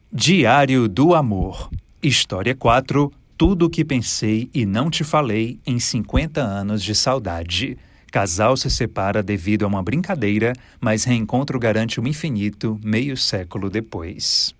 Diário do Amor. História 4. Tudo o que pensei e não te falei em 50 anos de saudade. Casal se separa devido a uma brincadeira, mas reencontro garante o infinito meio século depois.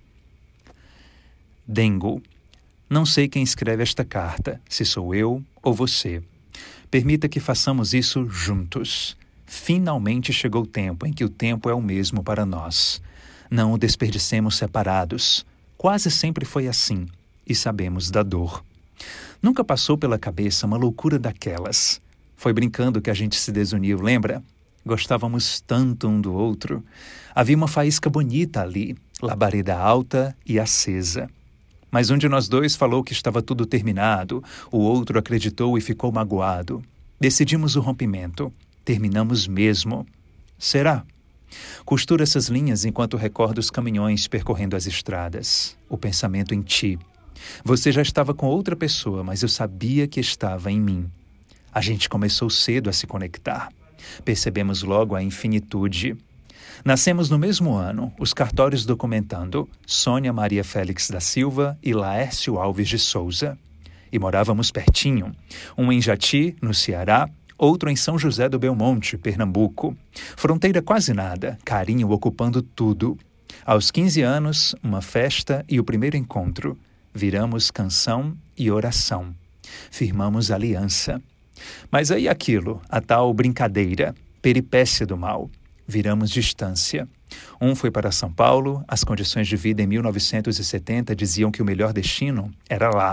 Dengo. Não sei quem escreve esta carta, se sou eu ou você. Permita que façamos isso juntos. Finalmente chegou o tempo em que o tempo é o mesmo para nós. Não o desperdicemos separados. Quase sempre foi assim, e sabemos da dor. Nunca passou pela cabeça uma loucura daquelas. Foi brincando que a gente se desuniu, lembra? Gostávamos tanto um do outro. Havia uma faísca bonita ali, labareda alta e acesa. Mas um de nós dois falou que estava tudo terminado, o outro acreditou e ficou magoado. Decidimos o rompimento. Terminamos mesmo. Será? Costuro essas linhas enquanto recordo os caminhões percorrendo as estradas. O pensamento em ti. Você já estava com outra pessoa, mas eu sabia que estava em mim. A gente começou cedo a se conectar. Percebemos logo a infinitude. Nascemos no mesmo ano, os cartórios documentando Sônia Maria Félix da Silva e Laércio Alves de Souza. E morávamos pertinho, um em Jati, no Ceará, outro em São José do Belmonte, Pernambuco. Fronteira quase nada, carinho ocupando tudo. Aos 15 anos, uma festa e o primeiro encontro. Viramos canção e oração. Firmamos aliança. Mas aí aquilo, a tal brincadeira, peripécia do mal. Viramos distância. Um foi para São Paulo, as condições de vida em 1970 diziam que o melhor destino era lá.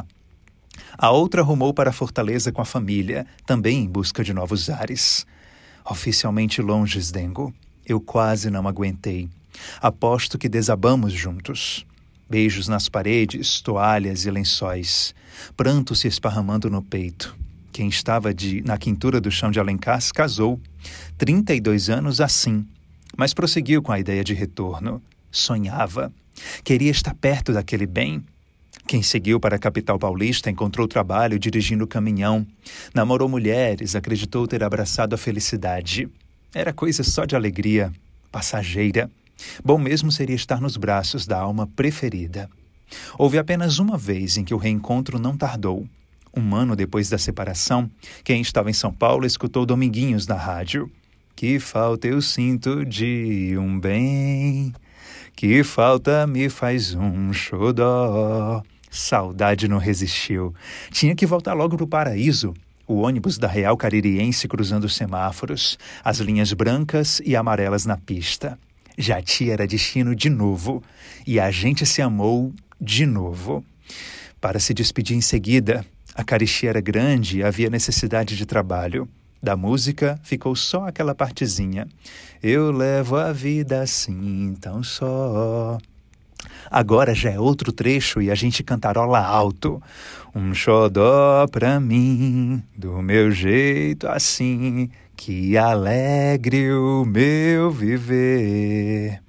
A outra rumou para Fortaleza com a família, também em busca de novos ares. Oficialmente longes, Dengo. Eu quase não aguentei. Aposto que desabamos juntos. Beijos nas paredes, toalhas e lençóis. Pranto se esparramando no peito. Quem estava na quintura do chão de Alencar se casou. 32 anos assim. Mas prosseguiu com a ideia de retorno. Sonhava. Queria estar perto daquele bem. Quem seguiu para a capital paulista encontrou trabalho dirigindo caminhão. Namorou mulheres, acreditou ter abraçado a felicidade. Era coisa só de alegria, passageira. Bom mesmo seria estar nos braços da alma preferida. Houve apenas uma vez em que o reencontro não tardou. Um ano depois da separação, quem estava em São Paulo escutou Dominguinhos na rádio. Que falta eu sinto de um bem, que falta me faz um xodó. Saudade não resistiu. Tinha que voltar logo para o paraíso. O ônibus da Real Caririense cruzando os semáforos, as linhas brancas e amarelas na pista. Jati era destino de novo, e a gente se amou de novo. Para se despedir em seguida, a caristia era grande e havia necessidade de trabalho. Da música ficou só aquela partezinha. Eu levo a vida assim, tão só. Agora já é outro trecho e a gente cantarola alto. Um xodó pra mim, do meu jeito assim, que alegre o meu viver.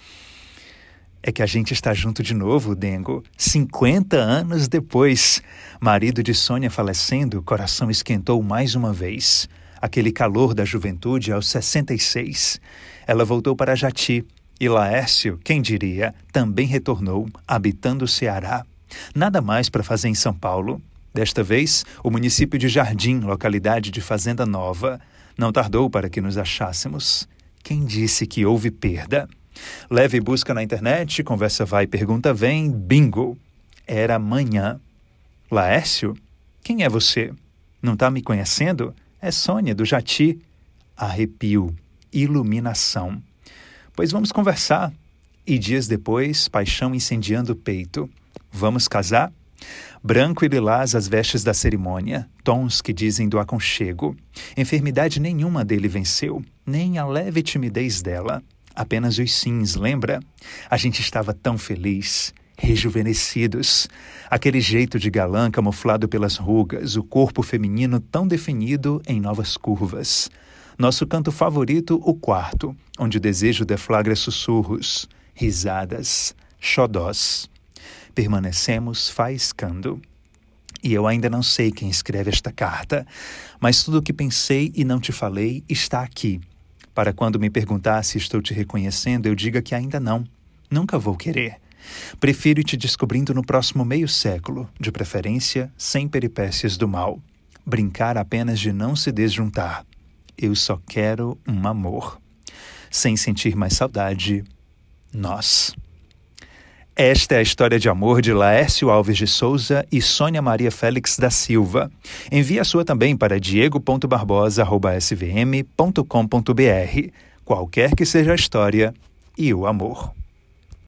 É que a gente está junto de novo, Dengo. 50 anos depois. Marido de Sônia falecendo, o coração esquentou mais uma vez. Aquele calor da juventude aos 66. Ela voltou para Jati. E Laércio, quem diria, também retornou, habitando o Ceará. Nada mais para fazer em São Paulo. Desta vez, o município de Jardim, localidade de Fazenda Nova. Não tardou para que nos achássemos. Quem disse que houve perda? Leve busca na internet, conversa vai, pergunta vem, bingo. Era amanhã. Laércio? Quem é você? Não está me conhecendo? É Sônia, do Jati. Arrepio. Iluminação. Pois vamos conversar. E dias depois, paixão incendiando o peito. Vamos casar? Branco e lilás as vestes da cerimônia, tons que dizem do aconchego. Enfermidade nenhuma dele venceu, nem a leve timidez dela. Apenas os sims, lembra? A gente estava tão feliz, rejuvenescidos. Aquele jeito de galã camuflado pelas rugas, o corpo feminino tão definido em novas curvas. Nosso canto favorito, o quarto, onde o desejo deflagra sussurros, risadas, xodós. Permanecemos faiscando. E eu ainda não sei quem escreve esta carta, mas tudo o que pensei e não te falei está aqui. Para quando me perguntar se estou te reconhecendo, eu diga que ainda não. Nunca vou querer. Prefiro ir te descobrindo no próximo meio século, de preferência sem peripécias do mal. Brincar apenas de não se desjuntar. Eu só quero um amor. Sem sentir mais saudade, nós. Esta é a história de amor de Laércio Alves de Souza e Sônia Maria Félix da Silva. Envie a sua também para diego.barbosa@svm.com.br. Qualquer que seja a história e o amor.